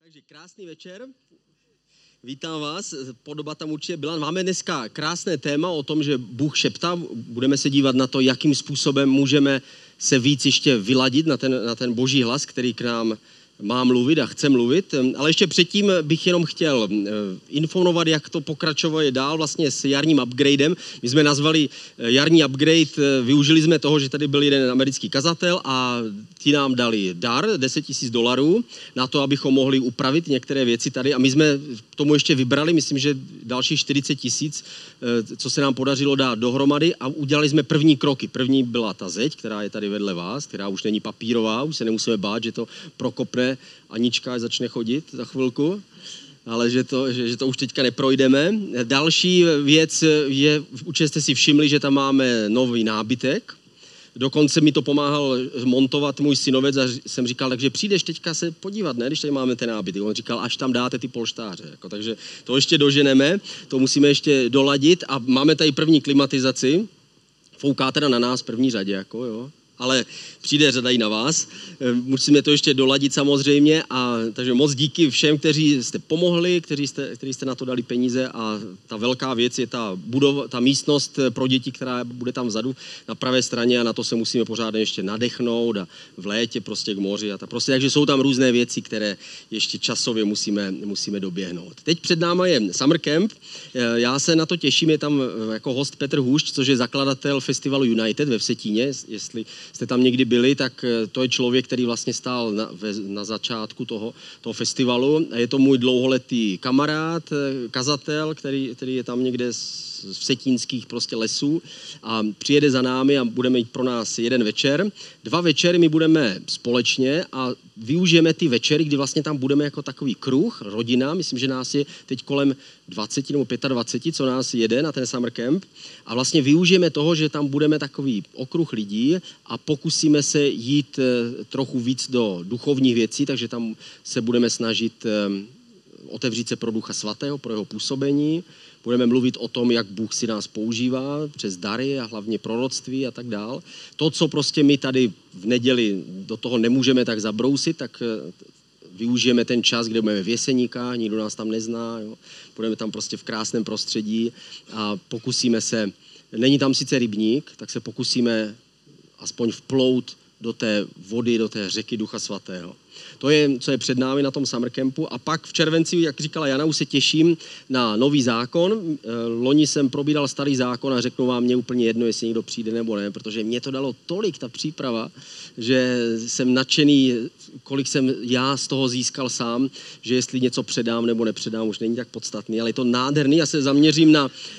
Takže krásný večer. Vítám vás, podoba tam určitě byla. Máme dneska krásné téma o tom, že Bůh šeptá. Budeme se dívat na to, jakým způsobem můžeme se víc ještě vyladit na ten boží hlas, který k nám má mluvit a chce mluvit. Ale ještě předtím bych jenom chtěl informovat, jak to pokračuje dál vlastně s jarním upgradem. My jsme nazvali jarní upgrade, využili jsme toho, že tady byl jeden americký kazatel a ti nám dali dar $10,000 na to, abychom mohli upravit některé věci tady. A my jsme tomu ještě vybrali, myslím, že dalších 40,000, co se nám podařilo dát dohromady a udělali jsme první kroky. První byla ta zeď, která je tady vedle vás, která už není papírová, už se nemusíme bát, že to prokopne Anička, až začne chodit za chvilku, ale že to už teďka neprojdeme. Další věc je, určitě jste si všimli, že tam máme nový nábytek. Dokonce mi to pomáhal montovat můj synovec a jsem říkal, takže přijdeš teďka se podívat, ne, když tady máme ten nábytek. On říkal, až tam dáte ty polštáře. Jako, takže to ještě doženeme, to musíme ještě doladit a máme tady první klimatizaci. Fouká teda na nás v první řadě, jako jo. Ale přijde řada i na vás. Musíme to ještě doladit samozřejmě. Takže moc díky všem, kteří jste pomohli, kteří jste na to dali peníze a ta velká věc je ta místnost pro děti, která bude tam vzadu na pravé straně a na to se musíme pořádně ještě nadechnout a v létě prostě k moři. Takže jsou tam různé věci, které ještě časově musíme doběhnout. Teď před náma je Summer Camp. Já se na to těším, je tam jako host Petr Hůšť, což je zakladatel festivalu United ve Vsetíně, jestli jste tam někdy byli, tak to je člověk, který vlastně stál na začátku toho festivalu. A je to můj dlouholetý kamarád, kazatel, který je tam někde z vsetínských prostě lesů a přijede za námi a budeme mít pro nás jeden večer. 2 večery my budeme společně a využijeme ty večery, kdy vlastně tam budeme jako takový kruh, rodina, myslím, že nás je teď kolem 20 nebo 25, co nás jede na ten Summer Camp a vlastně využijeme toho, že tam budeme takový okruh lidí a pokusíme se jít trochu víc do duchovních věcí, takže tam se budeme snažit otevřít se pro Ducha Svatého, pro jeho působení. Budeme mluvit o tom, jak Bůh si nás používá přes dary a hlavně proroctví a tak dál. To, co prostě my tady v neděli do toho nemůžeme tak zabrousit, tak využijeme ten čas, kde budeme v Jeseníkách, nikdo nás tam nezná, jo. Budeme tam prostě v krásném prostředí a pokusíme se, není tam sice rybník, tak se pokusíme aspoň vplout do té vody, do té řeky Ducha Svatého. To je, co je před námi na tom Summer Campu. A pak v červenci, jak říkala Jana, už se těším na nový zákon. Loni jsem probíral starý zákon a řeknu vám, mě úplně jedno, jestli někdo přijde nebo ne, protože mě to dalo tolik, ta příprava, že jsem nadšený, kolik jsem já z toho získal sám, že jestli něco předám nebo nepředám, už není tak podstatný, ale je to nádherný. Já se zaměřím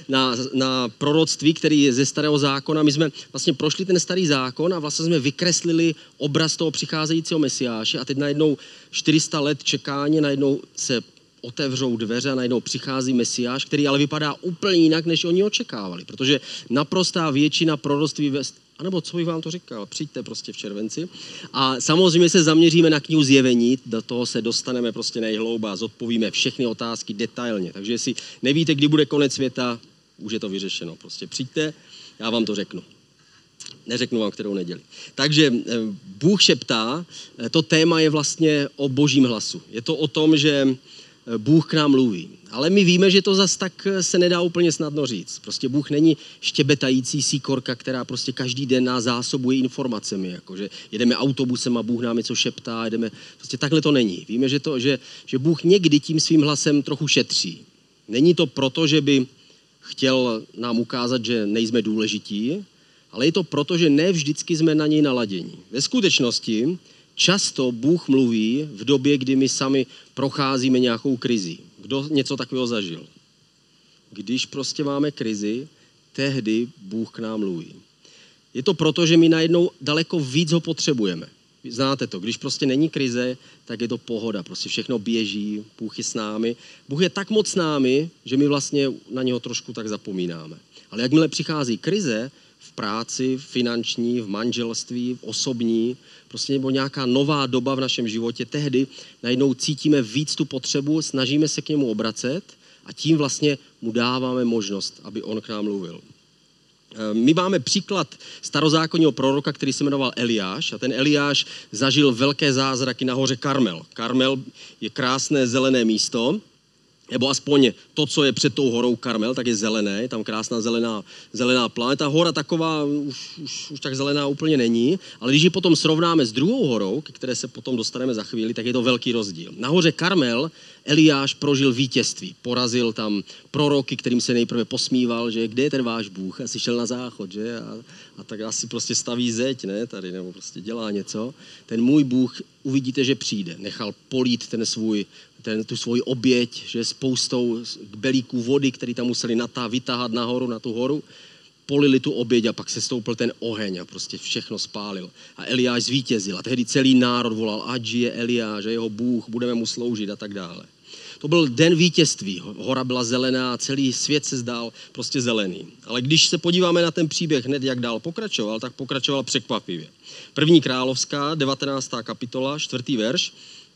na proroctví, který je ze starého zákona. My jsme vlastně prošli ten starý zákon a vlastně jsme vykreslili obraz toho přicházejícího Mesiáše a teď najednou 400 let čekání, najednou se otevřou dveře a najednou přichází Mesiáš, který ale vypadá úplně jinak, než oni očekávali, protože naprostá většina proroctví, anebo co bych vám to říkal, přijďte prostě v červenci. A samozřejmě se zaměříme na knihu Zjevení, do toho se dostaneme prostě nejhloub a zodpovíme všechny otázky detailně. Takže jestli nevíte, kdy bude konec světa, už je to vyřešeno. Prostě přijďte, já vám to řeknu. Neřeknu vám, kterou neděli. Takže Bůh šeptá, to téma je vlastně o božím hlasu. Je to o tom, že Bůh k nám mluví. Ale my víme, že to zas tak se nedá úplně snadno říct. Prostě Bůh není štěbetající síkorka, která prostě každý den nás zásobuje informacemi. Jakože jedeme autobusem a Bůh nám něco šeptá, prostě takhle to není. Víme, že Bůh někdy tím svým hlasem trochu šetří. Není to proto, že by chtěl nám ukázat, že nejsme důležití, ale je to proto, že ne vždycky jsme na něj naladěni. Ve skutečnosti často Bůh mluví v době, kdy my sami procházíme nějakou krizi. Kdo něco takového zažil? Když prostě máme krizi, tehdy Bůh k nám mluví. Je to proto, že my najednou daleko víc ho potřebujeme. Znáte to, když prostě není krize, tak je to pohoda, prostě všechno běží, Bůh je s námi. Bůh je tak moc s námi, že my vlastně na něho trošku tak zapomínáme. Ale jakmile přichází krize, v práci, finanční, v manželství, v osobní, prostě nebo nějaká nová doba v našem životě, tehdy najednou cítíme víc tu potřebu, snažíme se k němu obracet a tím vlastně mu dáváme možnost, aby on k nám mluvil. My máme příklad starozákonního proroka, který se jmenoval Eliáš a ten Eliáš zažil velké zázraky na hoře Karmel. Karmel je krásné zelené místo, nebo aspoň to, co je před tou horou Karmel, tak je zelené, je tam krásná zelená pláň. Ta hora taková už tak zelená úplně není, ale když ji potom srovnáme s druhou horou, ke které se potom dostaneme za chvíli, tak je to velký rozdíl. Na hoře Karmel Eliáš prožil vítězství, porazil tam proroky, kterým se nejprve posmíval, že kde je ten váš Bůh, asi šel na záchod, že? A tak asi prostě staví zeď, ne, tady, nebo prostě dělá něco. Ten můj Bůh, uvidíte, že přijde, nechal polít tu svoji oběť, že spoustou belíků vody, který tam museli vytáhat nahoru, na tu horu, polili tu oběť a pak se stoupil ten oheň a prostě všechno spálil. A Eliáš zvítězil a tehdy celý národ volal, ať žije Eliáš a jeho Bůh, budeme mu sloužit a tak dále. To byl den vítězství, hora byla zelená a celý svět se zdál prostě zelený. Ale když se podíváme na ten příběh hned, jak dál pokračoval, tak pokračoval překvapivě. 1. královská, 19. kapitola, 4. verš.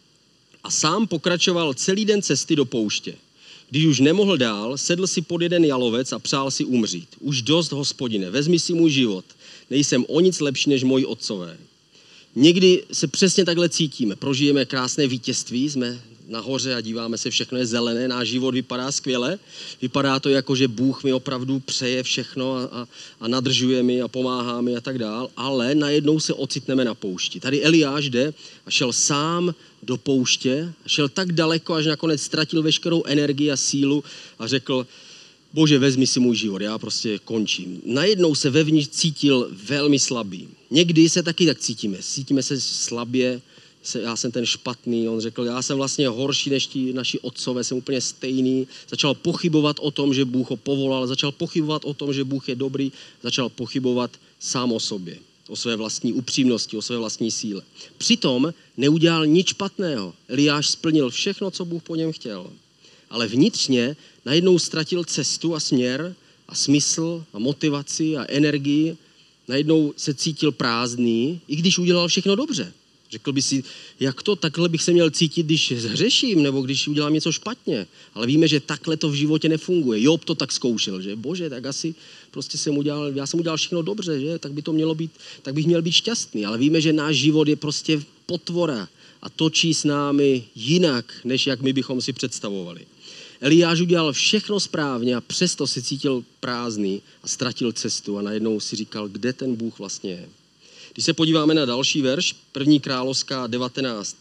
A sám pokračoval celý den cesty do pouště. Když už nemohl dál, sedl si pod jeden jalovec a přál si umřít. Už dost, Hospodine, vezmi si můj život. Nejsem o nic lepší než moji otcové. Někdy se přesně takhle cítíme. Prožijeme krásné vítězství, jsme nahoře a díváme se, všechno je zelené, náš život vypadá skvěle. Vypadá to jako, že Bůh mi opravdu přeje všechno a nadržuje mi a pomáhá mi a tak dál, ale najednou se ocitneme na poušti. Tady Eliáš jde a šel sám do pouště a šel tak daleko, až nakonec ztratil veškerou energii a sílu a řekl, Bože, vezmi si můj život, já prostě končím. Najednou se vevnitř cítil velmi slabý. Někdy se taky tak cítíme. Cítíme se slabě, já jsem ten špatný, on řekl, já jsem vlastně horší než ti naši otcové, jsem úplně stejný. Začal pochybovat o tom, že Bůh ho povolal, začal pochybovat o tom, že Bůh je dobrý, začal pochybovat sám o sobě, o své vlastní upřímnosti, o své vlastní síle. Přitom neudělal nic špatného. Eliáš splnil všechno, co Bůh po něm chtěl. Ale vnitřně najednou ztratil cestu a směr a smysl a motivaci a energii. Najednou se cítil prázdný, i když udělal všechno dobře. Řekl by si, jak to, takhle bych se měl cítit, když hřeším nebo když udělám něco špatně. Ale víme, že takhle to v životě nefunguje. Job to tak zkoušel, že Bože, tak asi prostě já jsem udělal všechno dobře, že? Tak by to mělo být, tak bych měl být šťastný. Ale víme, že náš život je prostě potvora a točí s námi jinak, než jak my bychom si představovali. Eliáš udělal všechno správně a přesto se cítil prázdný a ztratil cestu a najednou si říkal, kde ten Bůh vlastně je. Když se podíváme na další verš, 1. královská 19,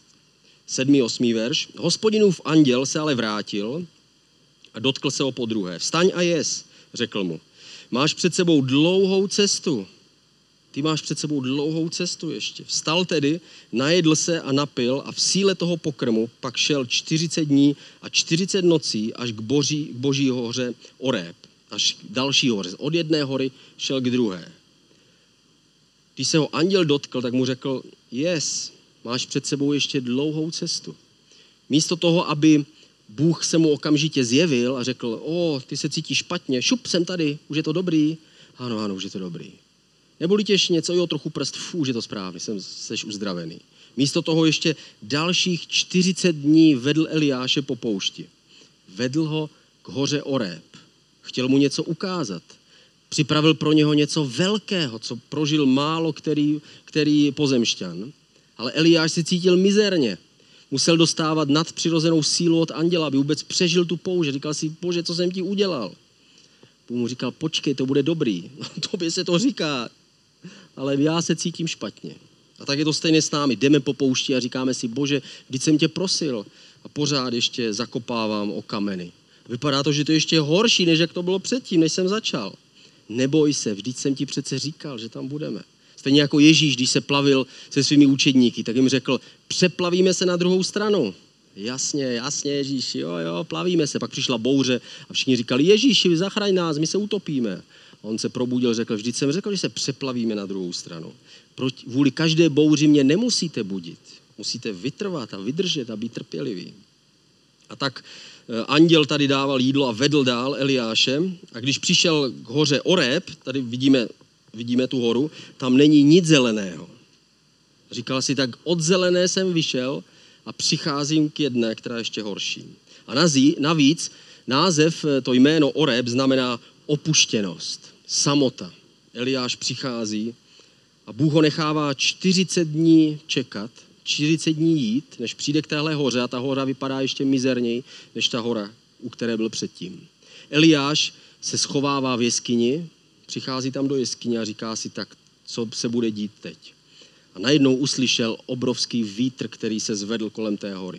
7. 8. verš. Hospodinův anděl se ale vrátil a dotkl se ho podruhé. Vstaň a jes, řekl mu. Máš před sebou dlouhou cestu. Ty máš před sebou dlouhou cestu ještě. Vstal tedy, najedl se a napil a v síle toho pokrmu pak šel 40 dní a 40 nocí až k boží hoře Oreb. Až k další hoře. Od jedné hory šel k druhé. Když se ho anděl dotkl, tak mu řekl, máš před sebou ještě dlouhou cestu. Místo toho, aby Bůh se mu okamžitě zjevil a řekl, ty se cítíš špatně, šup, jsem tady, už je to dobrý. Ano, už je to dobrý. Nebolí tě ještě něco, trochu prst, už je to správný, seš uzdravený. Místo toho ještě dalších 40 dní vedl Eliáše po poušti. Vedl ho k hoře Oreb. Chtěl mu něco ukázat. Připravil pro něho něco velkého, co prožil málo který pozemšťan. Ale Eliáš se cítil mizerně. Musel dostávat nadpřirozenou sílu od anděla, aby vůbec přežil tu poušť. Říkal si, Bože, co jsem ti udělal? Bůh mu říkal, počkej, to bude dobrý. Tobě se to říká, ale já se cítím špatně. A tak je to stejně s námi. Jdeme po poušti a říkáme si, Bože, vždyť jsem tě prosil. A pořád ještě zakopávám o kameny. Vypadá to, že to je ještě horší, než jak to bylo předtím, než jsem začal. Neboj se, vždyť jsem ti přece říkal, že tam budeme. Stejně jako Ježíš, když se plavil se svými učedníky, tak jim řekl, přeplavíme se na druhou stranu. Jasně, Ježíši, jo, plavíme se. Pak přišla bouře a všichni říkali, Ježíši, zachraň nás, my se utopíme. A on se probudil, řekl, vždyť jsem řekl, že se přeplavíme na druhou stranu. Kvůli každé bouři mě nemusíte budit. Musíte vytrvat a vydržet a být trpěliví. A tak anděl tady dával jídlo a vedl dál Eliáše. A když přišel k hoře Oreb, tady vidíme tu horu, tam není nic zeleného. Říkal si, tak od zelené jsem vyšel a přicházím k jedné, která je ještě horší. A navíc název, to jméno Oreb znamená opuštěnost, samota. Eliáš přichází a Bůh ho nechává 40 dní čekat, 40 dní jít, než přijde k téhle hoře a ta hora vypadá ještě mizerněji, než ta hora, u které byl předtím. Eliáš se schovává v jeskyni, přichází tam do jeskyně a říká si tak, co se bude dít teď. A najednou uslyšel obrovský vítr, který se zvedl kolem té hory.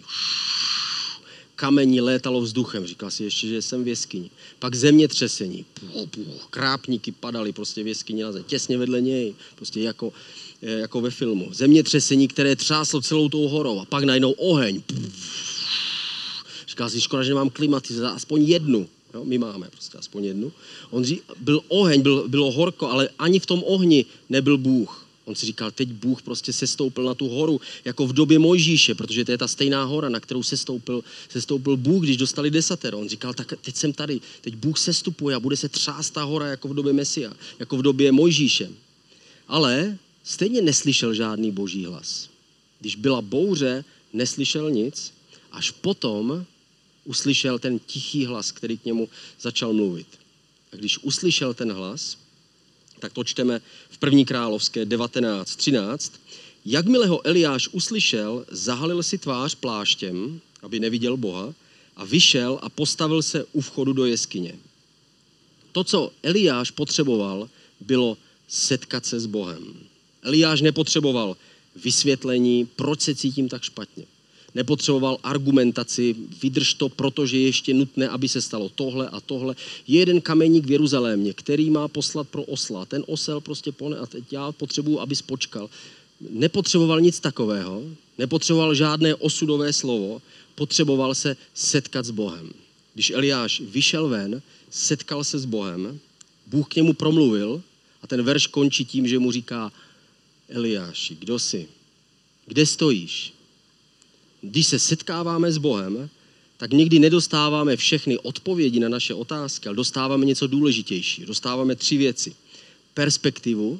Kamení létalo vzduchem, říkal si ještě, že jsem v jeskyni. Pak zemětřesení, krápníky padaly prostě v jeskyni na zem, těsně vedle něj, prostě jako ve filmu. Zemětřesení, které třáslo celou tou horou a pak najednou oheň. Říkal si, škoda, že nemám klimatizaci, aspoň jednu. Jo, my máme prostě aspoň jednu. Byl oheň, bylo horko, ale ani v tom ohni nebyl Bůh. On si říkal, teď Bůh prostě sestoupil na tu horu, jako v době Mojžíše, protože to je ta stejná hora, na kterou sestoupil Bůh, když dostali desatero. On říkal, tak teď jsem tady, teď Bůh sestupuje a bude se třást ta hora jako v době Mesia, jako v době Mojžíše. Ale stejně neslyšel žádný boží hlas. Když byla bouře, neslyšel nic, až potom uslyšel ten tichý hlas, který k němu začal mluvit. A když uslyšel ten hlas, tak to čteme v 1. královské 19:13. Jakmile ho Eliáš uslyšel, zahalil si tvář pláštěm, aby neviděl Boha, a vyšel a postavil se u vchodu do jeskyně. To, co Eliáš potřeboval, bylo setkat se s Bohem. Eliáš nepotřeboval vysvětlení, proč se cítím tak špatně. Nepotřeboval argumentaci, vydrž to, protože je ještě nutné, aby se stalo tohle a tohle. Je jeden kameník v Jeruzalémě, který má poslat pro osla. Ten osel prostě pone a teď já potřebuju, abys počkal. Nepotřeboval nic takového, nepotřeboval žádné osudové slovo, potřeboval se setkat s Bohem. Když Eliáš vyšel ven, setkal se s Bohem, Bůh k němu promluvil a ten verš končí tím, že mu říká: Eliáši, kdo jsi? Kde stojíš? Když se setkáváme s Bohem, tak nikdy nedostáváme všechny odpovědi na naše otázky, ale dostáváme něco důležitější. Dostáváme 3 věci. Perspektivu,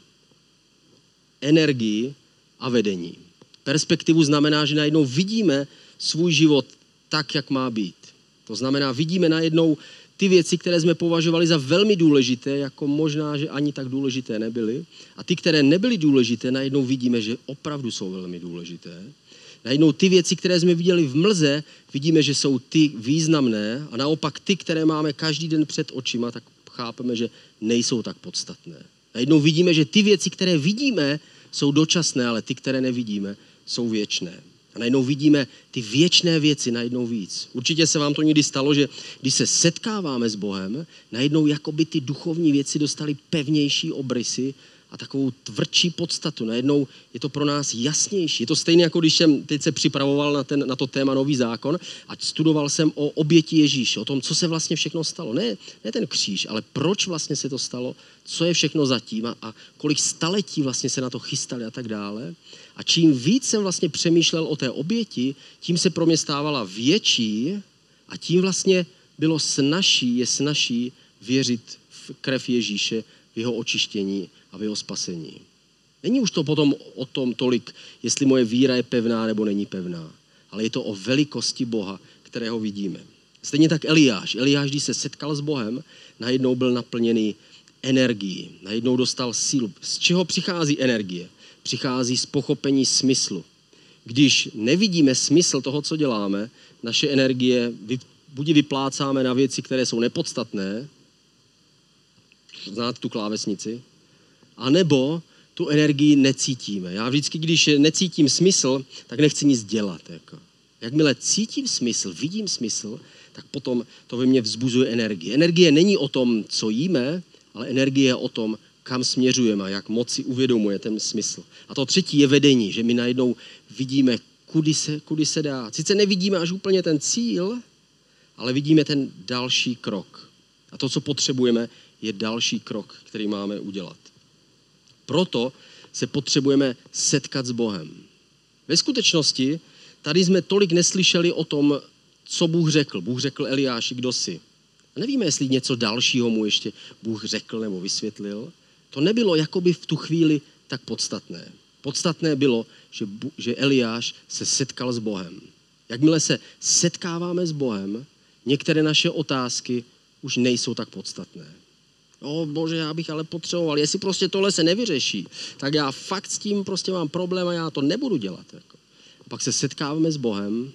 energii a vedení. Perspektivu znamená, že najednou vidíme svůj život tak, jak má být. To znamená, vidíme najednou ty věci, které jsme považovali za velmi důležité, jako možná, že ani tak důležité nebyly. A ty, které nebyly důležité, najednou vidíme, že opravdu jsou velmi důležité. Najednou ty věci, které jsme viděli v mlze, vidíme, že jsou ty významné a naopak ty, které máme každý den před očima, tak chápeme, že nejsou tak podstatné. Najednou vidíme, že ty věci, které vidíme, jsou dočasné, ale ty, které nevidíme, jsou věčné. A najednou vidíme ty věčné věci najednou víc. Určitě se vám to někdy stalo, že když se setkáváme s Bohem, najednou jakoby ty duchovní věci dostaly pevnější obrysy a takovou tvrdší podstatu. Najednou je to pro nás jasnější. Je to stejné, jako když jsem teď se připravoval na to téma Nový zákon a studoval jsem o oběti Ježíše, o tom, co se vlastně všechno stalo. Ne ten kříž, ale proč vlastně se to stalo, co je všechno zatím a kolik staletí vlastně se na to chystali a tak dále. A čím víc jsem vlastně přemýšlel o té oběti, tím se pro mě stávala větší a tím vlastně je snazší věřit v krev Ježíše, v jeho očištění a v jeho spasení. Není už to potom o tom tolik, jestli moje víra je pevná nebo není pevná, ale je to o velikosti Boha, kterého vidíme. Stejně tak Eliáš, když se setkal s Bohem, najednou byl naplněný energií, najednou dostal sílu. Z čeho přichází energie? Přichází z pochopení smyslu. Když nevidíme smysl toho, co děláme, naše energie buď vyplácáme na věci, které jsou nepodstatné, znáte tu klávesnici, anebo tu energii necítíme. Já vždycky, když necítím smysl, tak nechci nic dělat. Jakmile cítím smysl, vidím smysl, tak potom to ve mně vzbuzuje energie. Energie není o tom, co jíme, ale energie je o tom, kam směřujeme a jak moc si uvědomuje ten smysl. A to třetí je vedení, že my najednou vidíme, kudy se dá. Sice nevidíme až úplně ten cíl, ale vidíme ten další krok. A to, co potřebujeme, je další krok, který máme udělat. Proto se potřebujeme setkat s Bohem. Ve skutečnosti tady jsme tolik neslyšeli o tom, co Bůh řekl. Bůh řekl Eliáši, kdo jsi. A nevíme, jestli něco dalšího mu ještě Bůh řekl nebo vysvětlil. To nebylo jakoby v tu chvíli tak podstatné. Podstatné bylo, že Eliáš se setkal s Bohem. Jakmile se setkáváme s Bohem, některé naše otázky už nejsou tak podstatné. Bože, já bych ale potřeboval, jestli prostě tohle se nevyřeší, tak já fakt s tím prostě mám problém a já to nebudu dělat. Jako. A pak se setkáváme s Bohem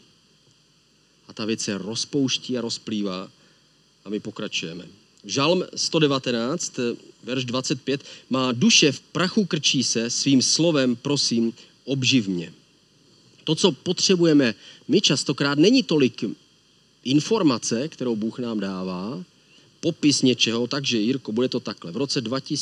a ta věc se rozpouští a rozplývá a my pokračujeme. Žalm 119, verš 25, má duše v prachu krčí se, svým slovem prosím, obživ mě. To, co potřebujeme my častokrát, není tolik informace, kterou Bůh nám dává, popis něčeho, takže Jirko, bude to takhle. V roce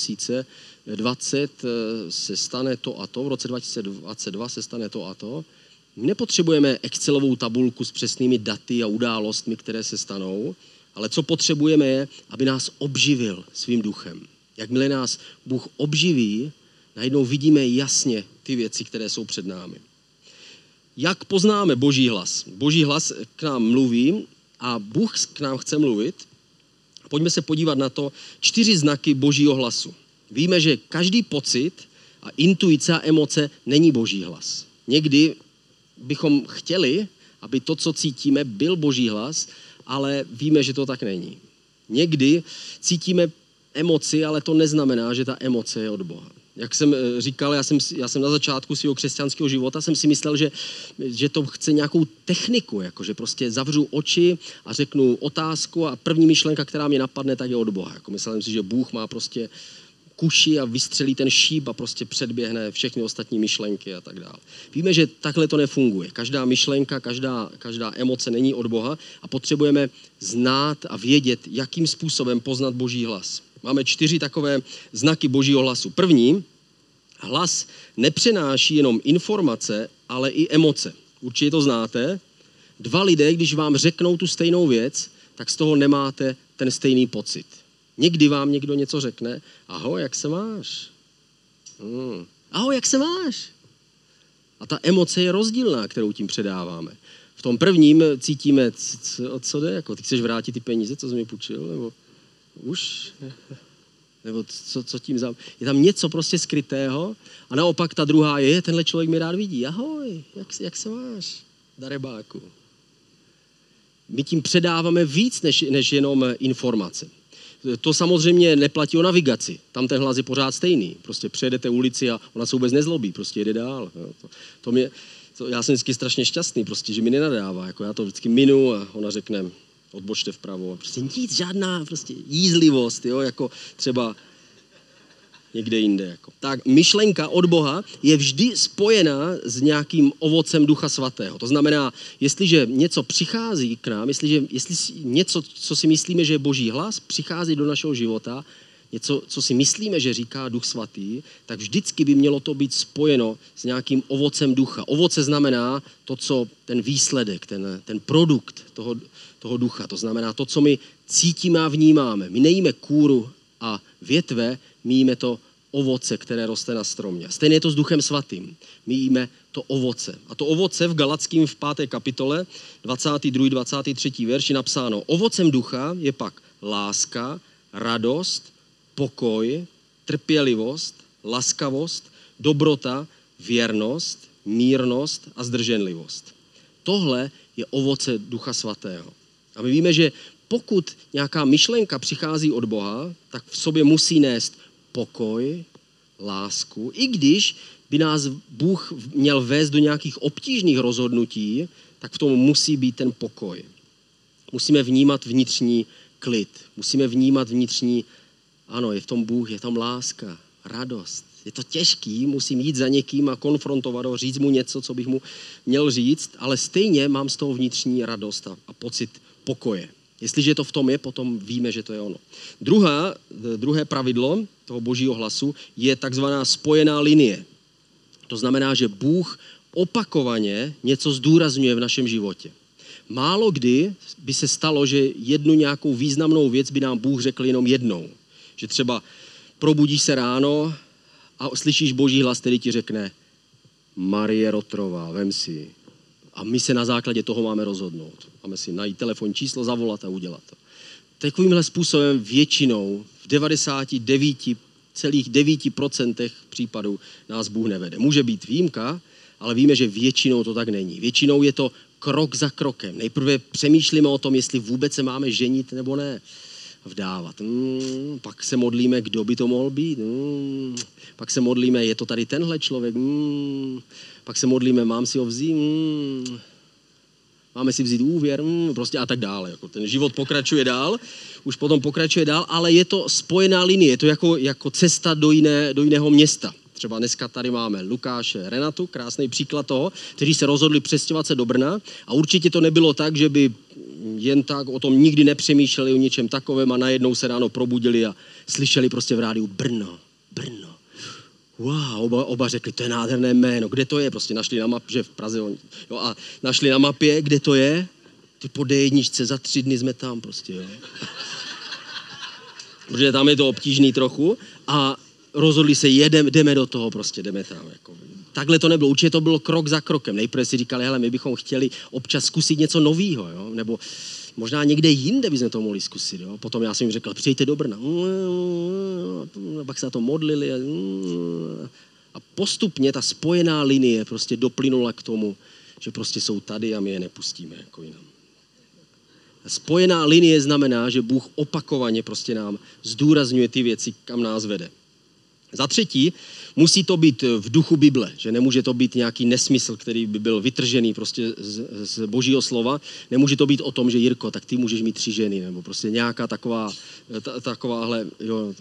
2020 se stane to a to, v roce 2022 se stane to a to. My nepotřebujeme Excelovou tabulku s přesnými daty a událostmi, které se stanou, ale co potřebujeme je, aby nás obživil svým duchem. Jakmile nás Bůh obživí, najednou vidíme jasně ty věci, které jsou před námi. Jak poznáme Boží hlas? Boží hlas k nám mluví a Bůh k nám chce mluvit. Pojďme se podívat na to 4 znaky Božího hlasu. Víme, že každý pocit a intuice a emoce není Boží hlas. Někdy bychom chtěli, aby to, co cítíme, byl Boží hlas, ale víme, že to tak není. Někdy cítíme emoci, ale to neznamená, že ta emoce je od Boha. Jak jsem říkal, já jsem na začátku svého křesťanského života jsem si myslel, že to chce nějakou techniku, jako že prostě zavřu oči a řeknu otázku a první myšlenka, která mě napadne, tak je od Boha. Jako myslel si, že Bůh má prostě kuši a vystřelí ten šíp a prostě předběhne všechny ostatní myšlenky a tak dále. Víme, že takhle to nefunguje. Každá myšlenka, každá emoce není od Boha a potřebujeme znát a vědět, jakým způsobem poznat Boží hlas. Máme 4 takové znaky Božího hlasu. První, hlas nepřenáší jenom informace, ale i emoce. Určitě to znáte. 2 lidé, když vám řeknou tu stejnou věc, tak z toho nemáte ten stejný pocit. Někdy vám někdo něco řekne, ahoj, jak se máš? Ahoj, jak se máš? A ta emoce je rozdílná, kterou tím předáváme. V tom prvním cítíme, co jde, jako ty chceš vrátit ty peníze, co jsi mi půjčil, nebo už, nebo co tím je tam něco prostě skrytého a naopak ta druhá je, tenhle člověk mi rád vidí, ahoj, jak se máš, darebáku. My tím předáváme víc, než jenom informace. To samozřejmě neplatí o navigaci. Tam ten hlas je pořád stejný. Prostě přejedete ulici a ona se vůbec nezlobí, prostě jede dál. Já jsem vždycky strašně šťastný, prostě, že mi nenadává. Jako já to vždycky minu a ona řekne, odbočte vpravo. Prostě nic, žádná prostě jízlivost, jo, jako třeba někde jinde. Jako. Tak myšlenka od Boha je vždy spojená s nějakým ovocem Ducha Svatého. To znamená, jestliže něco přichází k nám, jestli něco, co si myslíme, že je Boží hlas, přichází do našeho života, něco, co si myslíme, že říká Duch Svatý, tak vždycky by mělo to být spojeno s nějakým ovocem ducha. Ovoce znamená to, co ten výsledek, ten produkt toho ducha. To znamená to, co my cítíme a vnímáme. My nejíme kůru a větve, my jíme to ovoce, které roste na stromě. Stejně je to s Duchem Svatým. My jíme to ovoce. A to ovoce v Galackým v 5. kapitole, 22. 23. verši napsáno. Ovocem ducha je pak láska, radost, pokoj, trpělivost, laskavost, dobrota, věrnost, mírnost a zdrženlivost. Tohle je ovoce Ducha Svatého. A my víme, že pokud nějaká myšlenka přichází od Boha, tak v sobě musí nést pokoj, lásku, i když by nás Bůh měl vést do nějakých obtížných rozhodnutí, tak v tom musí být ten pokoj. Musíme vnímat vnitřní klid, musíme vnímat vnitřní, ano, je v tom Bůh, je tam láska, radost. Je to těžký, musím jít za někým a konfrontovat ho, říct mu něco, co bych mu měl říct, ale stejně mám z toho vnitřní radost a pocit pokoje. Jestliže to v tom je, potom víme, že to je ono. Druhé pravidlo toho Božího hlasu je takzvaná spojená linie. To znamená, že Bůh opakovaně něco zdůrazňuje v našem životě. Málo kdy by se stalo, že jednu nějakou významnou věc by nám Bůh řekl jenom jednou. Že třeba probudíš se ráno a slyšíš Boží hlas, který ti řekne Marie Rotrová, vem si. A my se na základě toho máme rozhodnout. Máme si najít telefonní číslo, zavolat a udělat to. Takovýmhle způsobem většinou v 99,9% případů nás Bůh nevede. Může být výjimka, ale víme, že většinou to tak není. Většinou je to krok za krokem. Nejprve přemýšlíme o tom, jestli vůbec se máme ženit nebo ne. vdávat. Pak se modlíme, kdo by to mohl být. Pak se modlíme, je to tady tenhle člověk. Pak se modlíme, mám si ho vzít. Máme si vzít úvěr, prostě a tak dále. Jako ten život pokračuje dál, už potom pokračuje dál, ale je to spojená linie, je to jako cesta do jiného města. Třeba dneska tady máme Lukáše, Renatu, krásný příklad toho, kteří se rozhodli přestěhovat se do Brna a určitě to nebylo tak, že by jen tak o tom nikdy nepřemýšleli o ničem takovém a najednou se ráno probudili a slyšeli prostě v rádiu Brno. Wow, oba řekli, to je nádherné jméno, kde to je? Prostě našli na mapě, že v Praze, jo, a našli na mapě, kde to je? Ty po D1, za 3 dny jsme tam prostě, jo. Protože tam je to obtížný trochu a rozhodli se, jdeme do toho prostě, jdeme tam. Jako. Takhle to nebylo, určitě to bylo krok za krokem. Nejprve si říkali, hele, my bychom chtěli občas zkusit něco novýho, jo, nebo možná někde jinde bychom to mohli zkusit. Jo? Potom já jsem jim řekl, přijďte do Brna. Pak se na to modlili. A postupně ta spojená linie prostě doplynula k tomu, že prostě jsou tady a my je nepustíme jako jinam. Spojená linie znamená, že Bůh opakovaně prostě nám zdůrazňuje ty věci, kam nás vede. Za třetí, musí to být v duchu Bible, že nemůže to být nějaký nesmysl, který by byl vytržený prostě z Božího slova. Nemůže to být o tom, že Jirko, tak ty můžeš mít 3 ženy, nebo prostě nějaká takováhle, jo,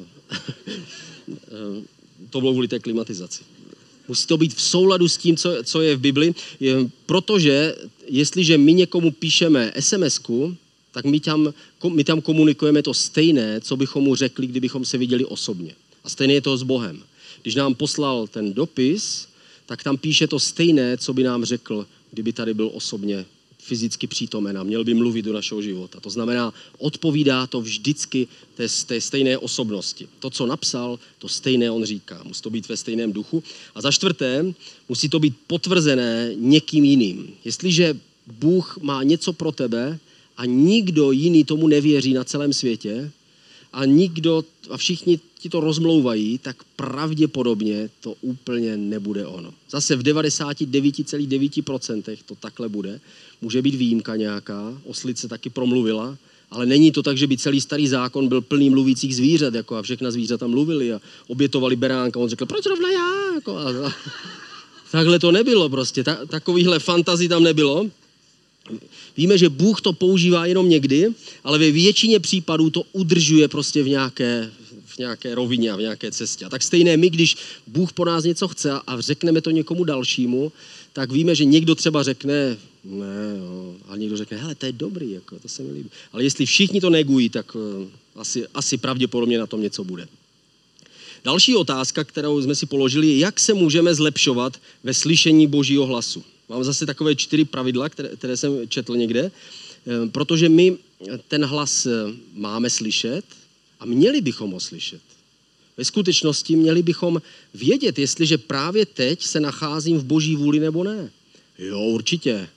to bylo kvůli té klimatizaci. Musí to být v souladu s tím, co je v Bibli, protože jestliže my někomu píšeme SMS-ku, tak my tam komunikujeme to stejné, co bychom mu řekli, kdybychom se viděli osobně. A stejně je to s Bohem. Když nám poslal ten dopis, tak tam píše to stejné, co by nám řekl, kdyby tady byl osobně fyzicky přítomen a měl by mluvit do našeho života. To znamená, odpovídá to vždycky té stejné osobnosti. To, co napsal, to stejné on říká. Musí to být ve stejném duchu. A za čtvrté, musí to být potvrzené někým jiným. Jestliže Bůh má něco pro tebe a nikdo jiný tomu nevěří na celém světě a všichni ti to rozmlouvají, tak pravděpodobně to úplně nebude ono. Zase v 99,9% to takhle bude. Může být výjimka nějaká, oslice taky promluvila, ale není to tak, že by celý starý zákon byl plný mluvících zvířat, jako a všechna zvířata mluvili a obětovali beránka. On řekl, proč rovna já? Jako a takhle to nebylo prostě, takovýhle fantazii tam nebylo. Víme, že Bůh to používá jenom někdy, ale ve většině případů to udržuje prostě v nějaké rovině a v nějaké cestě. A tak stejné my, když Bůh po nás něco chce a řekneme to někomu dalšímu, tak víme, že někdo třeba řekne, ne, jo, a někdo řekne, hele, to je dobrý, jako, to se mi líbí. Ale jestli všichni to negují, tak asi pravděpodobně na tom něco bude. Další otázka, kterou jsme si položili, je, jak se můžeme zlepšovat ve slyšení Božího hlasu. Mám zase takové 4 pravidla, které jsem četl někde, protože my ten hlas máme slyšet a měli bychom ho slyšet. Ve skutečnosti měli bychom vědět, jestliže právě teď se nacházím v Boží vůli nebo ne. Jo, určitě.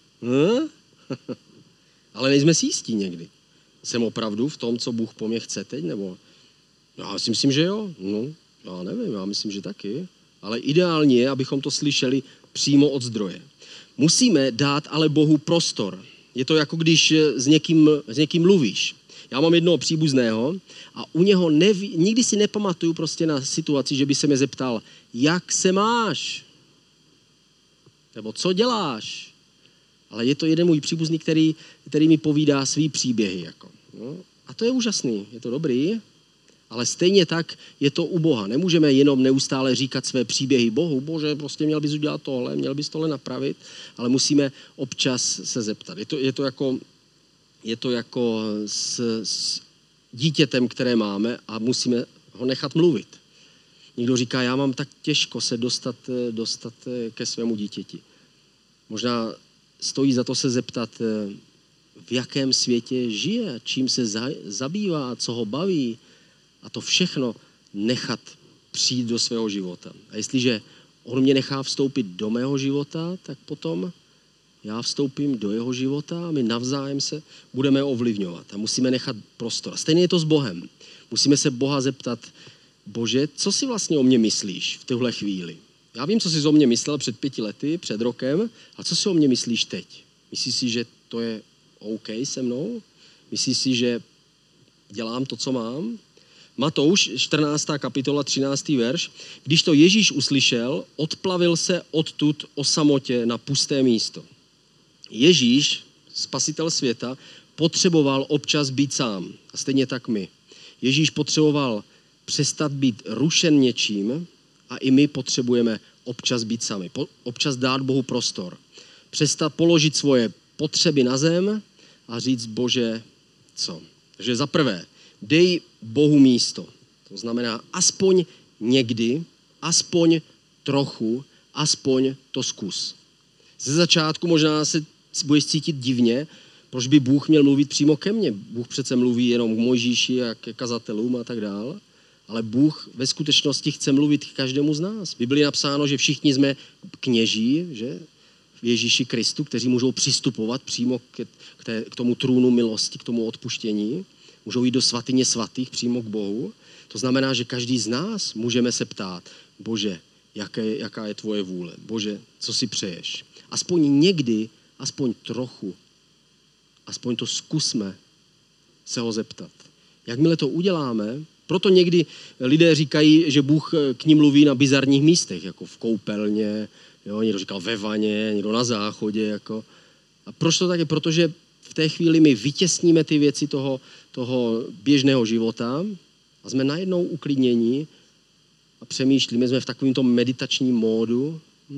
Ale nejsme si jistí někdy. Jsem opravdu v tom, co Bůh po mně chce teď, nebo? Já si myslím, že jo. No, já nevím, já myslím, že taky. Ale ideální je, abychom to slyšeli přímo od zdroje. Musíme dát ale Bohu prostor. Je to jako když s někým mluvíš. Já mám jednoho příbuzného a u něho nikdy si nepamatuju prostě na situaci, že by se mě zeptal, jak se máš? Nebo co děláš? Ale je to jeden můj příbuzný, který mi povídá svý příběhy. Jako. No, a to je úžasný, je to dobrý, ale stejně tak je to u Boha. Nemůžeme jenom neustále říkat své příběhy Bohu. Bože, prostě měl bys udělat tohle, měl bys tohle napravit, ale musíme občas se zeptat. Je to jako s dítětem, které máme a musíme ho nechat mluvit. Někdo říká, já mám tak těžko se dostat ke svému dítěti. Možná stojí za to se zeptat, v jakém světě žije, čím se zabývá, co ho baví a to všechno nechat přijít do svého života. A jestliže on mě nechá vstoupit do mého života, tak potom já vstoupím do jeho života a my navzájem se budeme ovlivňovat a musíme nechat prostor. A stejně je to s Bohem. Musíme se Boha zeptat, Bože, co si vlastně o mě myslíš v tuhle chvíli? Já vím, co jsi o mě myslel před 5 lety, před rokem, a co si o mě myslíš teď? Myslíš si, že to je OK se mnou? Myslíš si, že dělám to, co mám. Matouš, 14. kapitola, 13. verš. Když to Ježíš uslyšel, odplavil se odtud o samotě na pusté místo. Ježíš, spasitel světa, potřeboval občas být sám. A stejně tak my. Ježíš potřeboval přestat být rušen něčím a i my potřebujeme občas být sami. Občas dát Bohu prostor. Přestat položit svoje potřeby na zem a říct, Bože, co? Takže za prvé, dej Bohu místo. To znamená aspoň někdy, aspoň trochu, aspoň to zkus. Ze začátku možná se budeš cítit divně, proč by Bůh měl mluvit přímo ke mně. Bůh přece mluví jenom k Mojžíši a ke kazatelům a tak dál. Ale Bůh ve skutečnosti chce mluvit k každému z nás. V Biblii je napsáno, že všichni jsme kněží, že? V Ježíši Kristu, kteří můžou přistupovat přímo k tomu trůnu milosti, k tomu odpuštění. Můžou jít do svatyně svatých přímo k Bohu. To znamená, že každý z nás můžeme se ptát, Bože, jaká je tvoje vůle? Bože, co si přeješ? Aspoň někdy, aspoň trochu, aspoň to zkusme se ho zeptat. Jakmile to uděláme, proto někdy lidé říkají, že Bůh k ním mluví na bizarních místech, jako v koupelně, jo, někdo říkal ve vaně, někdo na záchodě. Jako. A proč to tak je? Protože v té chvíli my vytěsníme ty věci toho běžného života a jsme najednou uklidnění a přemýšlíme, jsme v takovémto meditačním módu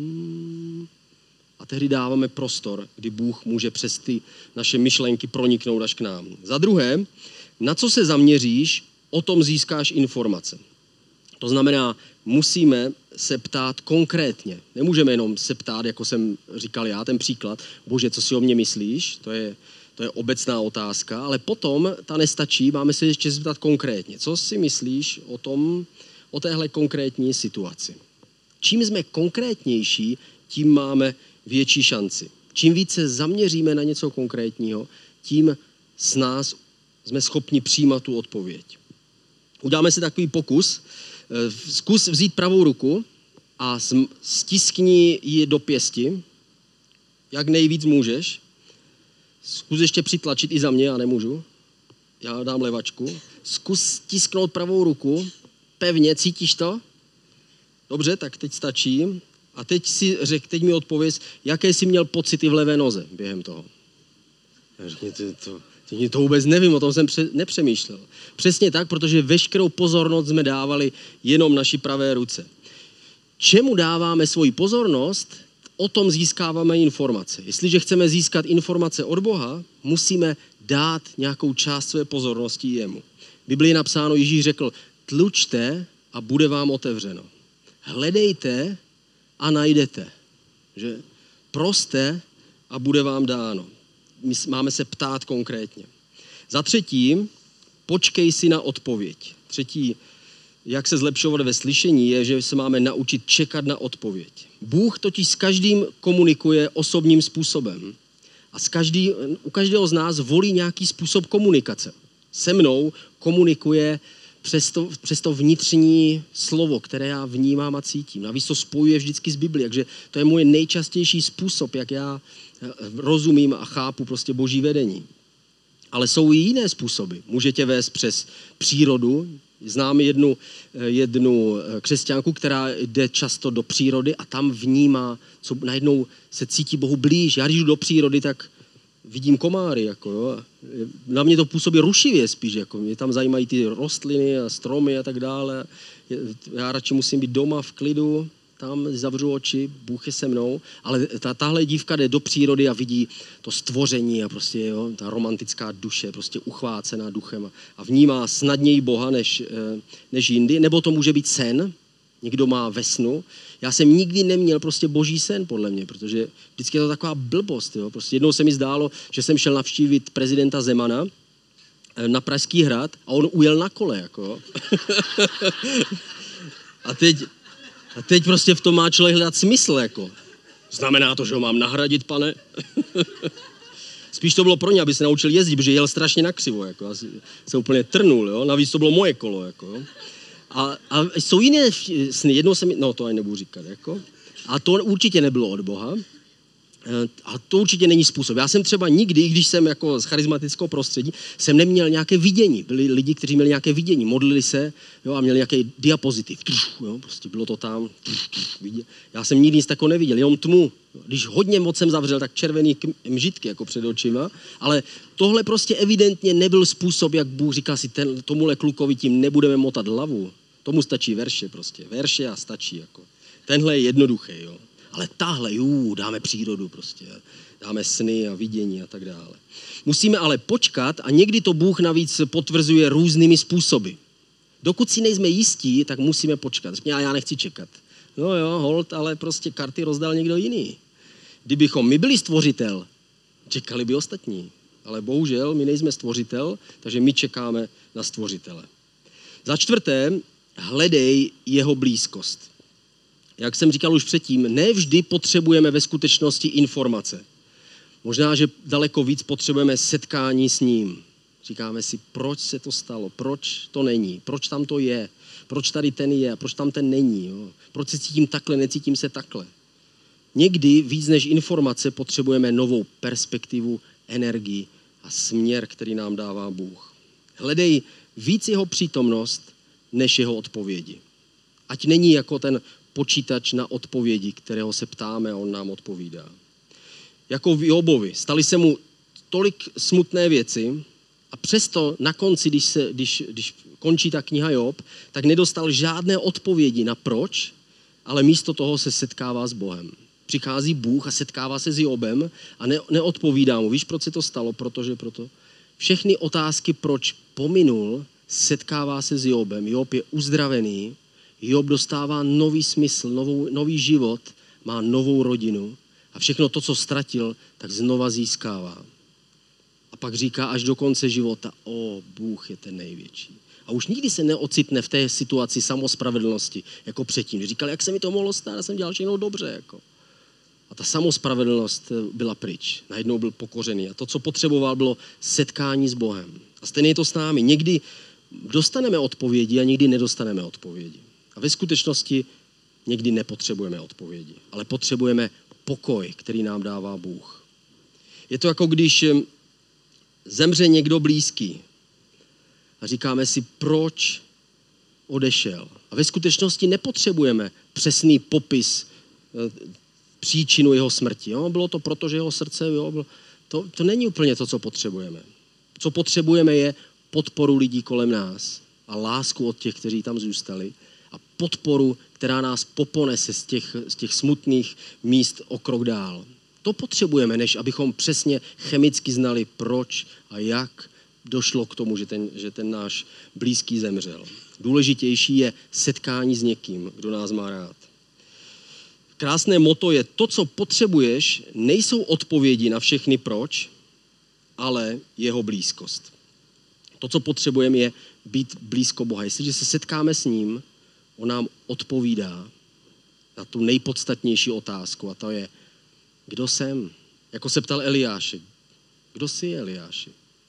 a tehdy dáváme prostor, kdy Bůh může přes ty naše myšlenky proniknout až k nám. Za druhé, na co se zaměříš, o tom získáš informace. To znamená, musíme se ptát konkrétně. Nemůžeme jenom se ptát, jako jsem říkal já, ten příklad, Bože, co si o mě myslíš? To je obecná otázka, ale potom ta nestačí, máme se ještě zeptat konkrétně. Co si myslíš o téhle konkrétní situaci? Čím jsme konkrétnější, tím máme větší šanci. Čím více zaměříme na něco konkrétního, tím s nás jsme schopni přijímat tu odpověď. Uděláme si takový pokus. Zkus vzít pravou ruku a stiskni ji do pěsti, jak nejvíc můžeš. Zkus ještě přitlačit i za mě, já nemůžu. Já dám levačku. Zkus stisknout pravou ruku, pevně, cítíš to? Dobře, tak teď stačí. A teď mi odpověz, jaké jsi měl pocity v levé noze během toho. To vůbec nevím, o tom jsem nepřemýšlel. Přesně tak, protože veškerou pozornost jsme dávali jenom naší pravé ruce. Čemu dáváme svoji pozornost, o tom získáváme informace. Jestliže chceme získat informace od Boha, musíme dát nějakou část své pozornosti jemu. V Biblii je napsáno, Ježíš řekl, tlučte a bude vám otevřeno. Hledejte a najdete. Že? Proste a bude vám dáno. My máme se ptát konkrétně. Za třetí, počkej si na odpověď. Třetí, jak se zlepšovat ve slyšení, je, že se máme naučit čekat na odpověď. Bůh totiž s každým komunikuje osobním způsobem. A u každého z nás volí nějaký způsob komunikace. Se mnou komunikuje přes to vnitřní slovo, které já vnímám a cítím. Navíc to spojuje vždycky s Biblií, takže to je můj nejčastější způsob, jak já rozumím a chápu prostě Boží vedení. Ale jsou i jiné způsoby. Může tě vést přes přírodu. Znám jednu křesťanku, která jde často do přírody a tam vnímá, co najednou se cítí Bohu blíž. Já když jdu do přírody, tak vidím komáry. Jako, jo. Na mě to působí rušivě spíš. Jako. Mě tam zajímají ty rostliny a stromy a tak dále. Já radši musím být doma v klidu. Tam zavřu oči, Bůh je se mnou, ale tahle dívka jde do přírody a vidí to stvoření a prostě jo, ta romantická duše, prostě uchvácená duchem a vnímá snadněji Boha než jindy, nebo to může být sen, někdo má ve snu. Já jsem nikdy neměl prostě boží sen, podle mě, protože vždycky je to taková blbost. Jo. Prostě jednou se mi zdálo, že jsem šel navštívit prezidenta Zemana na Pražský hrad a on ujel na kole. Jako. A teď prostě v tom má člověk hledat smysl, jako. Znamená to, že ho mám nahradit, pane? Spíš to bylo pro ně, aby se naučil jezdit, protože jel strašně nakřivo, jako. Asi se úplně trnul, jo. Navíc to bylo moje kolo, jako, jo. A jsou jiné sny, jednou jsem, no to ani nebudu říkat, jako. A to určitě nebylo od Boha. A to určitě není způsob. Já jsem třeba nikdy, když jsem jako z charismatického prostředí, jsem neměl nějaké vidění. Byli lidi, kteří měli nějaké vidění, modlili se, jo, a měli nějaký diapozitiv. Jo, prostě bylo to tam. Já jsem nikdy nic takového neviděl, jenom tmu. Když hodně moc jsem zavřel, tak červený mžitky jako před očima, ale tohle prostě evidentně nebyl způsob, jak Bůh říká si, tomuhle klukovi tím nebudeme motat hlavu. Tomu stačí verše prostě. Verše a stačí jako. Tenhle je jednoduchý, jo. Ale tahle, dáme přírodu prostě. Dáme sny a vidění a tak dále. Musíme ale počkat a někdy to Bůh navíc potvrzuje různými způsoby. Dokud si nejsme jistí, tak musíme počkat. Řekně, já nechci čekat. No jo, hold, ale prostě karty rozdal někdo jiný. Kdybychom my byli stvořitel, čekali by ostatní. Ale bohužel my nejsme stvořitel, takže my čekáme na stvořitele. Za čtvrté, hledej jeho blízkost. Jak jsem říkal už předtím, ne vždy potřebujeme ve skutečnosti informace. Možná, že daleko víc potřebujeme setkání s ním. Říkáme si, proč se to stalo, proč to není, proč tam to je, proč tady ten je a proč tam ten není. Jo? Proč se cítím takhle, necítím se takhle. Někdy víc než informace potřebujeme novou perspektivu, energii a směr, který nám dává Bůh. Hledej víc jeho přítomnost, než jeho odpovědi. Ať není jako ten počítač na odpovědi, kterého se ptáme a on nám odpovídá. Jako v Jobovi. Staly se mu tolik smutné věci a přesto na konci, když končí ta kniha Job, tak nedostal žádné odpovědi na proč, ale místo toho se setkává s Bohem. Přichází Bůh a setkává se s Jobem a neodpovídá mu. Víš, proč se to stalo? Protože proto. Všechny otázky, proč pominul, setkává se s Jobem. Job je uzdravený, Job dostává nový smysl, nový život, má novou rodinu a všechno to, co ztratil, tak znova získává. A pak říká až do konce života, Bůh je ten největší. A už nikdy se neocitne v té situaci samospravedlnosti, jako předtím. Říkal, jak se mi to mohlo stát, já jsem dělal všechno dobře. Jako. A ta samospravedlnost byla pryč. Najednou byl pokořený. A to, co potřeboval, bylo setkání s Bohem. A stejně je to s námi. Někdy dostaneme odpovědi a někdy nedostaneme odpovědi. A ve skutečnosti někdy nepotřebujeme odpovědi, ale potřebujeme pokoj, který nám dává Bůh. Je to jako když zemře někdo blízký a říkáme si, proč odešel. A ve skutečnosti nepotřebujeme přesný popis příčinu jeho smrti. Jo? Bylo to proto, že jeho srdce, to není úplně to, co potřebujeme. Co potřebujeme je podporu lidí kolem nás a lásku od těch, kteří tam zůstali a podporu, která nás poponese z těch smutných míst o krok dál. To potřebujeme, než abychom přesně chemicky znali, proč a jak došlo k tomu, že ten náš blízký zemřel. Důležitější je setkání s někým, kdo nás má rád. Krásné motto je, to, co potřebuješ, nejsou odpovědi na všechny proč, ale jeho blízkost. To, co potřebujeme, je být blízko Boha. Jestliže se setkáme s ním, on nám odpovídá na tu nejpodstatnější otázku a to je, kdo jsem? Jako se ptal Eliáše. Kdo jsi, Eliáši?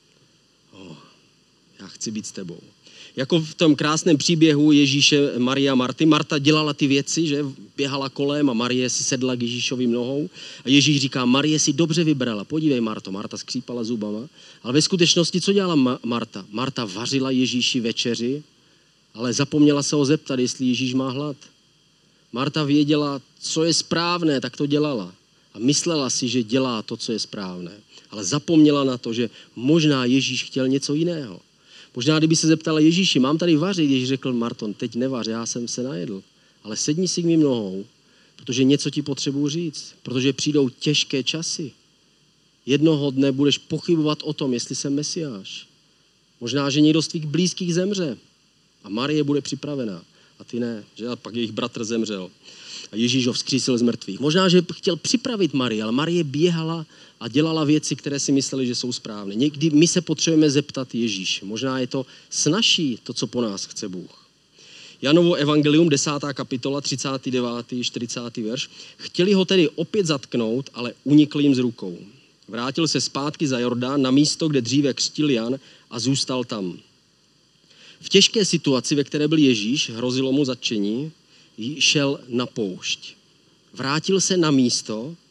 Já chci být s tebou. Jako v tom krásném příběhu Ježíše, Marie a Marty. Marta dělala ty věci, že běhala kolem a Marie si sedla k Ježíšovým nohou. A Ježíš říká, Marie si dobře vybrala. Podívej, Marto. Marta skřípala zubama. Ale ve skutečnosti, co dělala Marta? Marta vařila Ježíši večeři, ale zapomněla se ho zeptat, jestli Ježíš má hlad. Marta věděla, co je správné, tak to dělala. A myslela si, že dělá to, co je správné. Ale zapomněla na to, že možná Ježíš chtěl něco jiného. Možná, kdyby se zeptala Ježíši, mám tady vařit, Ježíš řekl, Marton, teď nevař, já jsem se najedl, ale sedni si k mým nohou, protože něco ti potřebuji říct, protože přijdou těžké časy. Jednoho dne budeš pochybovat o tom, jestli jsem Mesiáš. Možná, že někdo z tvých blízkých zemře a Marie bude připravená a ty ne, že a pak jejich bratr zemřel a Ježíš ho vzkřísil z mrtvých. Možná, že chtěl připravit Marii, ale Marie běhala a dělala věci, které si mysleli, že jsou správné. Někdy my se potřebujeme zeptat Ježíše. Možná je to snazší to, co po nás chce Bůh. Janovo evangelium, 10. kapitola, 39. 40. verš. Chtěli ho tedy opět zatknout, ale unikl jim z rukou. Vrátil se zpátky za Jordán na místo, kde dříve křtil Jan a zůstal tam. V těžké situaci, ve které byl Ježíš, hrozilo mu zatčení, šel na poušť. Vrátil se na místo,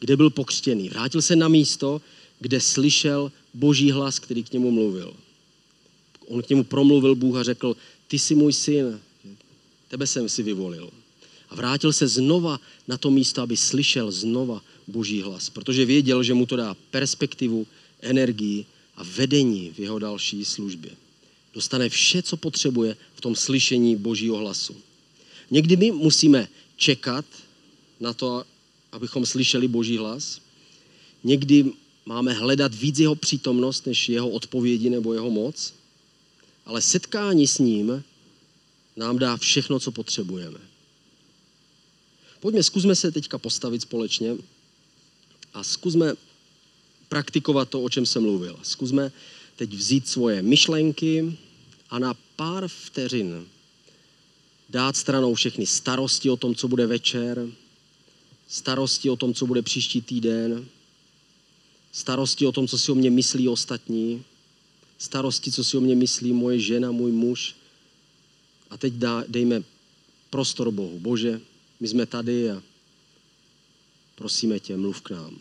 kde byl pokřtěný. Vrátil se na místo, kde slyšel Boží hlas, který k němu mluvil. On k němu promluvil Bůh a řekl, ty jsi můj syn, tebe jsem si vyvolil. A vrátil se znova na to místo, aby slyšel znova Boží hlas, protože věděl, že mu to dá perspektivu, energii a vedení v jeho další službě. Dostane vše, co potřebuje v tom slyšení Božího hlasu. Někdy my musíme čekat na to, abychom slyšeli Boží hlas. Někdy máme hledat víc jeho přítomnost, než jeho odpovědi nebo jeho moc. Ale setkání s ním nám dá všechno, co potřebujeme. Zkusme se teďka postavit společně a zkusme praktikovat to, o čem jsem mluvil. Zkusme teď vzít svoje myšlenky a na pár vteřin dát stranou všechny starosti o tom, co bude večer, starosti o tom, co bude příští týden, starosti o tom, co si o mě myslí ostatní, starosti, co si o mě myslí moje žena, můj muž. A teď dejme prostor Bohu. Bože, my jsme tady a prosíme tě, mluv k nám.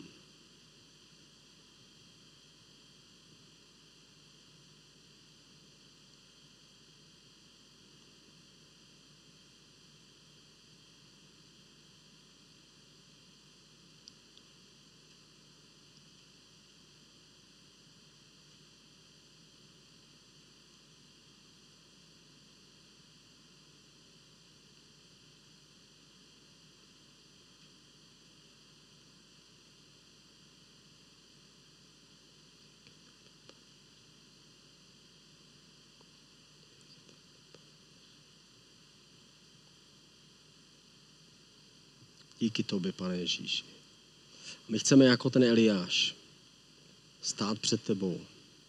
Díky tobě, Pane Ježíši. My chceme jako ten Eliáš stát před tebou.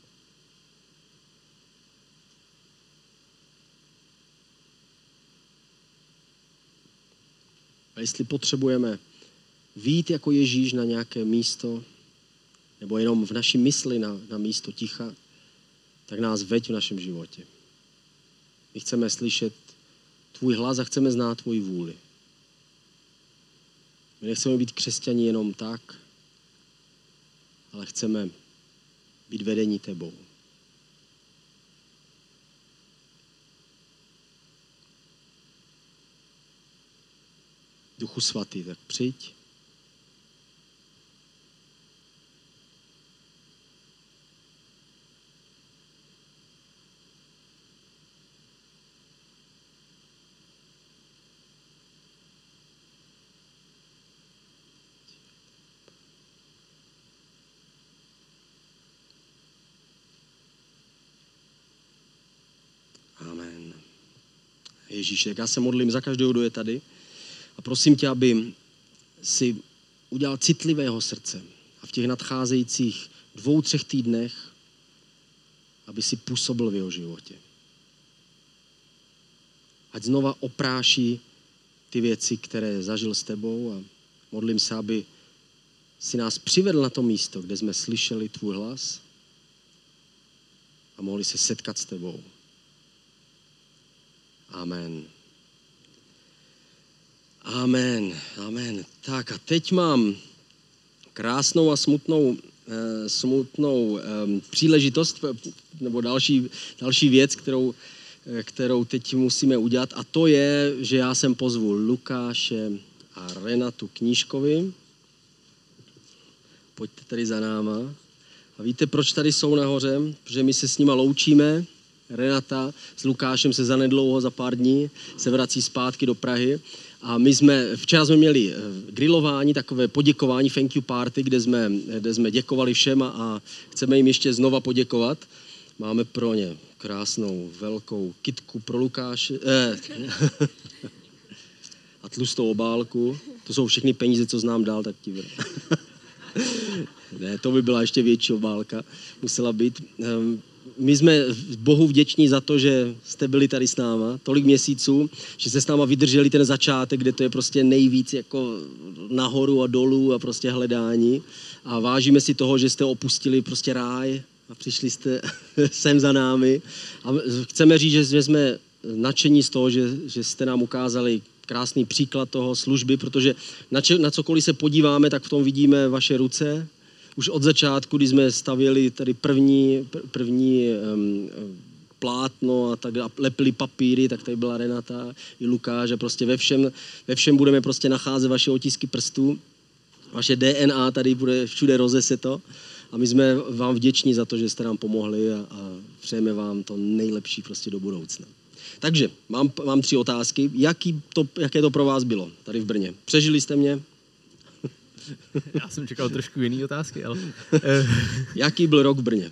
A jestli potřebujeme vyjít jako Ježíš na nějaké místo, nebo jenom v naší mysli na místo ticha, tak nás veď v našem životě. My chceme slyšet tvůj hlas a chceme znát tvoji vůli. My nechceme být křesťani jenom tak, ale chceme být vedení tebou. Duchu svatý, tak přijď. Amen. Ježíši, tak já se modlím za každého, kdo je tady a prosím tě, aby si udělal citlivého srdce a v těch nadcházejících 2-3 týdnech, aby si působil v jeho životě. Ať znova opráší ty věci, které zažil s tebou a modlím se, aby si nás přivedl na to místo, kde jsme slyšeli tvůj hlas a mohli se setkat s tebou. Amen. Amen. Amen. Tak a teď mám krásnou a smutnou příležitost, nebo další věc, kterou teď musíme udělat, a to je, že já jsem pozvu Lukáše a Renatu Knížkovi. Pojďte tady za náma. A víte, proč tady jsou nahoře? Protože my se s nima loučíme. Renata s Lukášem se zanedlouho, za pár dní, se vrací zpátky do Prahy. A včera jsme měli grilování, takové poděkování, thank you party, kde jsme děkovali všem a chceme jim ještě znova poděkovat. Máme pro ně krásnou velkou kitku pro Lukáše a tlustou obálku. To jsou všechny peníze, co znám dál, tak ti Ne, to by byla ještě větší obálka, musela být. My jsme Bohu vděční za to, že jste byli tady s náma tolik měsíců, že jste s náma vydrželi ten začátek, kde to je prostě nejvíc jako nahoru a dolů a prostě hledání. A vážíme si toho, že jste opustili prostě ráj a přišli jste sem za námi. A chceme říct, že jsme nadšení z toho, že jste nám ukázali, krásný příklad toho služby, protože na cokoliv se podíváme, tak v tom vidíme vaše ruce. Už od začátku, kdy jsme stavěli tady první plátno a tak lepili papíry, tak tady byla Renata i Lukáš a prostě ve všem budeme prostě nacházet vaše otisky prstů. Vaše DNA tady bude všude rozeseto a my jsme vám vděční za to, že jste nám pomohli a přejeme vám to nejlepší prostě do budoucna. Takže mám 3 otázky. Jaké to pro vás bylo tady v Brně? Přežili jste mě? Já jsem čekal trošku jiný otázky, ale... Jaký byl rok v Brně?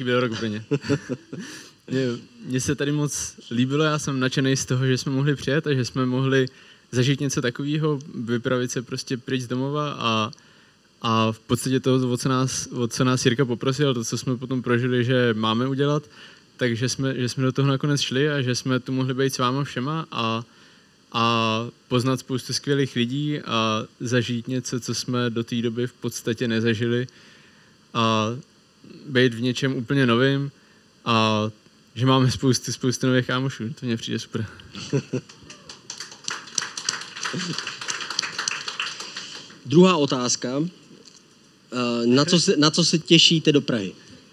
Mně se tady moc líbilo, já jsem nadšený z toho, že jsme mohli přijet a že jsme mohli zažít něco takového, vypravit se prostě pryč z domova a v podstatě to, o co nás Jirka poprosil, to, co jsme potom prožili, že máme udělat, takže jsme do toho nakonec šli a že jsme tu mohli být s váma všema a poznat spoustu skvělých lidí a zažít něco, co jsme do té doby v podstatě nezažili a být v něčem úplně novým a že máme spoustu nových kámošů. To mně přijde super. Druhá otázka. Na co se těšíte do Prahy?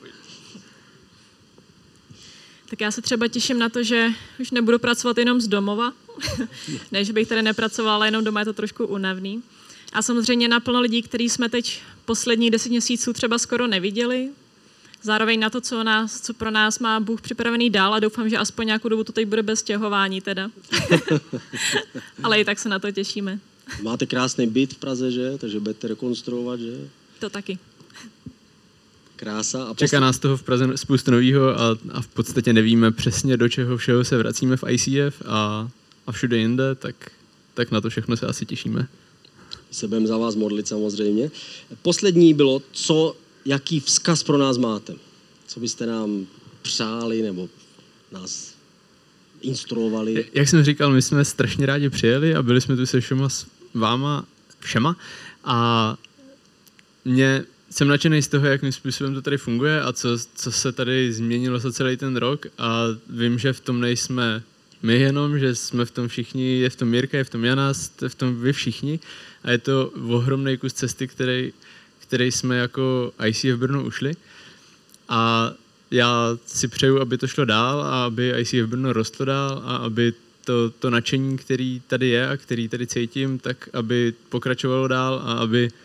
Tak já se třeba těším na to, že už nebudu pracovat jenom z domova. Ne, že bych tady nepracovala, ale jenom doma je to trošku únavný. A samozřejmě naplno lidí, který jsme teď poslední 10 měsíců třeba skoro neviděli. Zároveň na to, co pro nás má Bůh připravený dál a doufám, že aspoň nějakou dobu to teď bude bez stěhování teda. Ale i tak se na to těšíme. Máte krásný byt v Praze, že? Takže budete rekonstruovat, že? To taky. Krása. Čeká nás toho v Praze spoustu novýho a v podstatě nevíme přesně, do čeho všeho se vracíme v ICF a všude jinde, tak na to všechno se asi těšíme. Se budeme za vás modlit samozřejmě. Poslední bylo, jaký vzkaz pro nás máte? Co byste nám přáli nebo nás instruovali? Jak jsem říkal, my jsme strašně rádi přijeli a byli jsme tu se všema s váma všema a jsem nadšený z toho, jakým způsobem to tady funguje a co se tady změnilo za celý ten rok a vím, že v tom nejsme my jenom, že jsme v tom všichni, je v tom Jirka, je v tom Jana, jste v tom vy všichni a je to ohromný kus cesty, který jsme jako ICF Brno ušli a já si přeju, aby to šlo dál a aby ICF Brno rostlo dál a aby to nadšení, který tady je a který tady cítím, tak aby pokračovalo dál a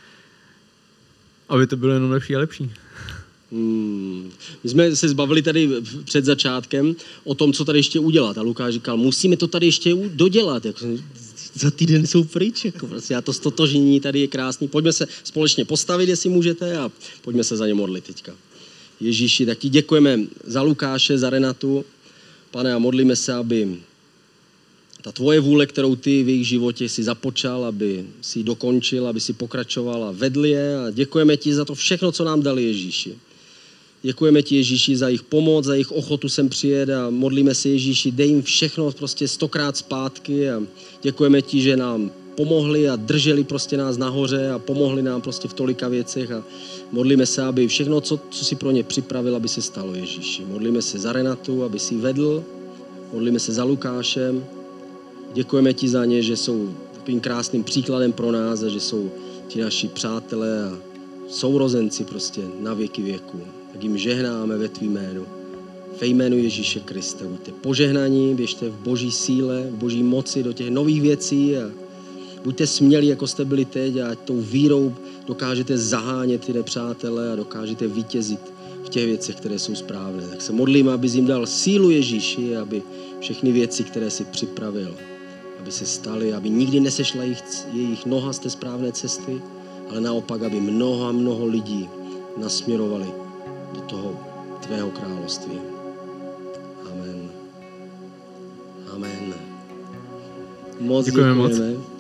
aby to bylo jenom lepší a lepší. My jsme se zbavili tady před začátkem o tom, co tady ještě udělat. A Lukáš říkal, musíme to tady ještě dodělat. Za týden jsou pryč. Prostě a to stotožnění tady je krásný. Pojďme se společně postavit, jestli můžete, a pojďme se za ně modlit teďka. Ježíši, tak ti děkujeme za Lukáše, za Renatu. Pane, a modlíme se, aby ta tvoje vůle, kterou ty v jejich životě si započal, aby si ji dokončil, aby si pokračoval a vedl je. A děkujeme ti za to všechno, co nám dali Ježíši. Děkujeme ti, Ježíši, za jejich pomoc, za jejich ochotu sem přijet a modlíme se, Ježíši, dej jim všechno prostě 100krát zpátky a děkujeme ti, že nám pomohli a drželi prostě nás nahoře a pomohli nám prostě v tolika věcech a modlíme se, aby všechno, co si pro ně připravil, aby se stalo, Ježíši. Modlíme se za Renatu, aby si vedl, modlíme se za Lukášem. Děkujeme ti za ně, že jsou takovým krásným příkladem pro nás a že jsou ti naši přátelé a sourozenci prostě na věky věku. Tak jim žehnáme ve tvým jménu. Ve jménu Ježíše Krista. Buďte požehnaní, běžte v boží síle, v boží moci do těch nových věcí a buďte smělí, jako jste byli teď a tou vírou dokážete zahánět ty nepřátele a dokážete vítězit v těch věcech, které jsou správné. Tak se modlím, aby jim dal sílu Ježíši, aby všechny věci, které si připravil, aby se staly, aby nikdy nesešla jejich noha z té správné cesty, ale naopak, aby mnoho a mnoho lidí nasměrovali do toho tvého království. Amen. Amen. Moc děkujeme. Moc.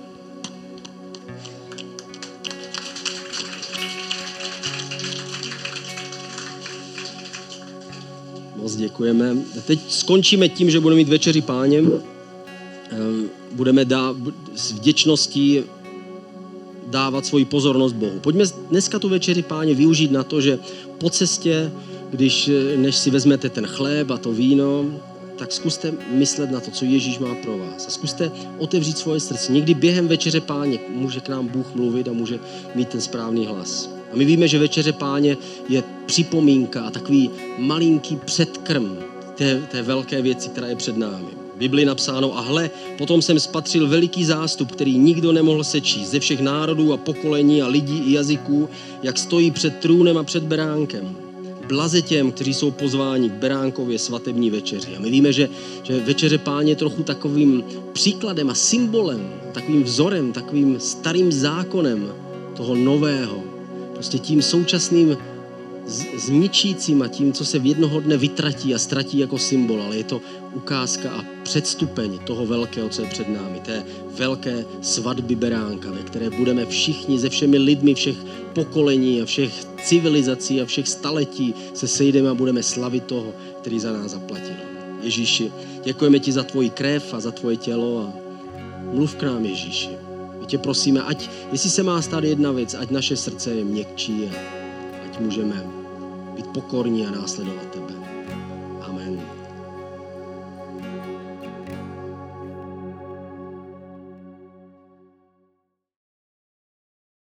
Moc děkujeme. Teď skončíme tím, že budeme mít večeři Páně. Budeme s vděčností dávat svoji pozornost Bohu. Pojďme dneska tu večeři Páně využít na to, že po cestě, než si vezmete ten chléb a to víno, tak zkuste myslet na to, co Ježíš má pro vás. A zkuste otevřít svoje srdce. Někdy během večeře Páně může k nám Bůh mluvit a může mít ten správný hlas. A my víme, že večeře Páně je připomínka a takový malinký předkrm té velké věci, která je před námi. V Biblii napsáno: a hle, potom jsem spatřil veliký zástup, který nikdo nemohl sečíst, ze všech národů a pokolení a lidí i jazyků, jak stojí před trůnem a před beránkem. Blaze těm, kteří jsou pozváni k beránkově svatební večeři. A my víme, že večeře Páně je trochu takovým příkladem a symbolem, takovým vzorem, takovým starým zákonem toho nového. Prostě tím současným zničícím a tím, co se v jednoho dne vytratí a ztratí jako symbol, ale je to ukázka a předstupeň toho velkého, co je před námi, té velké svatby beránka, ve které budeme všichni se všemi lidmi všech pokolení a všech civilizací a všech staletí se sejdeme a budeme slavit toho, který za nás zaplatil. Ježíši, děkujeme ti za tvoji krev a za tvoje tělo a mluv k nám, Ježíši. My tě prosíme, ať, jestli se má stát jedna věc, ať naše srdce je měkčí a ať můžeme být pokorní a následovat tebe.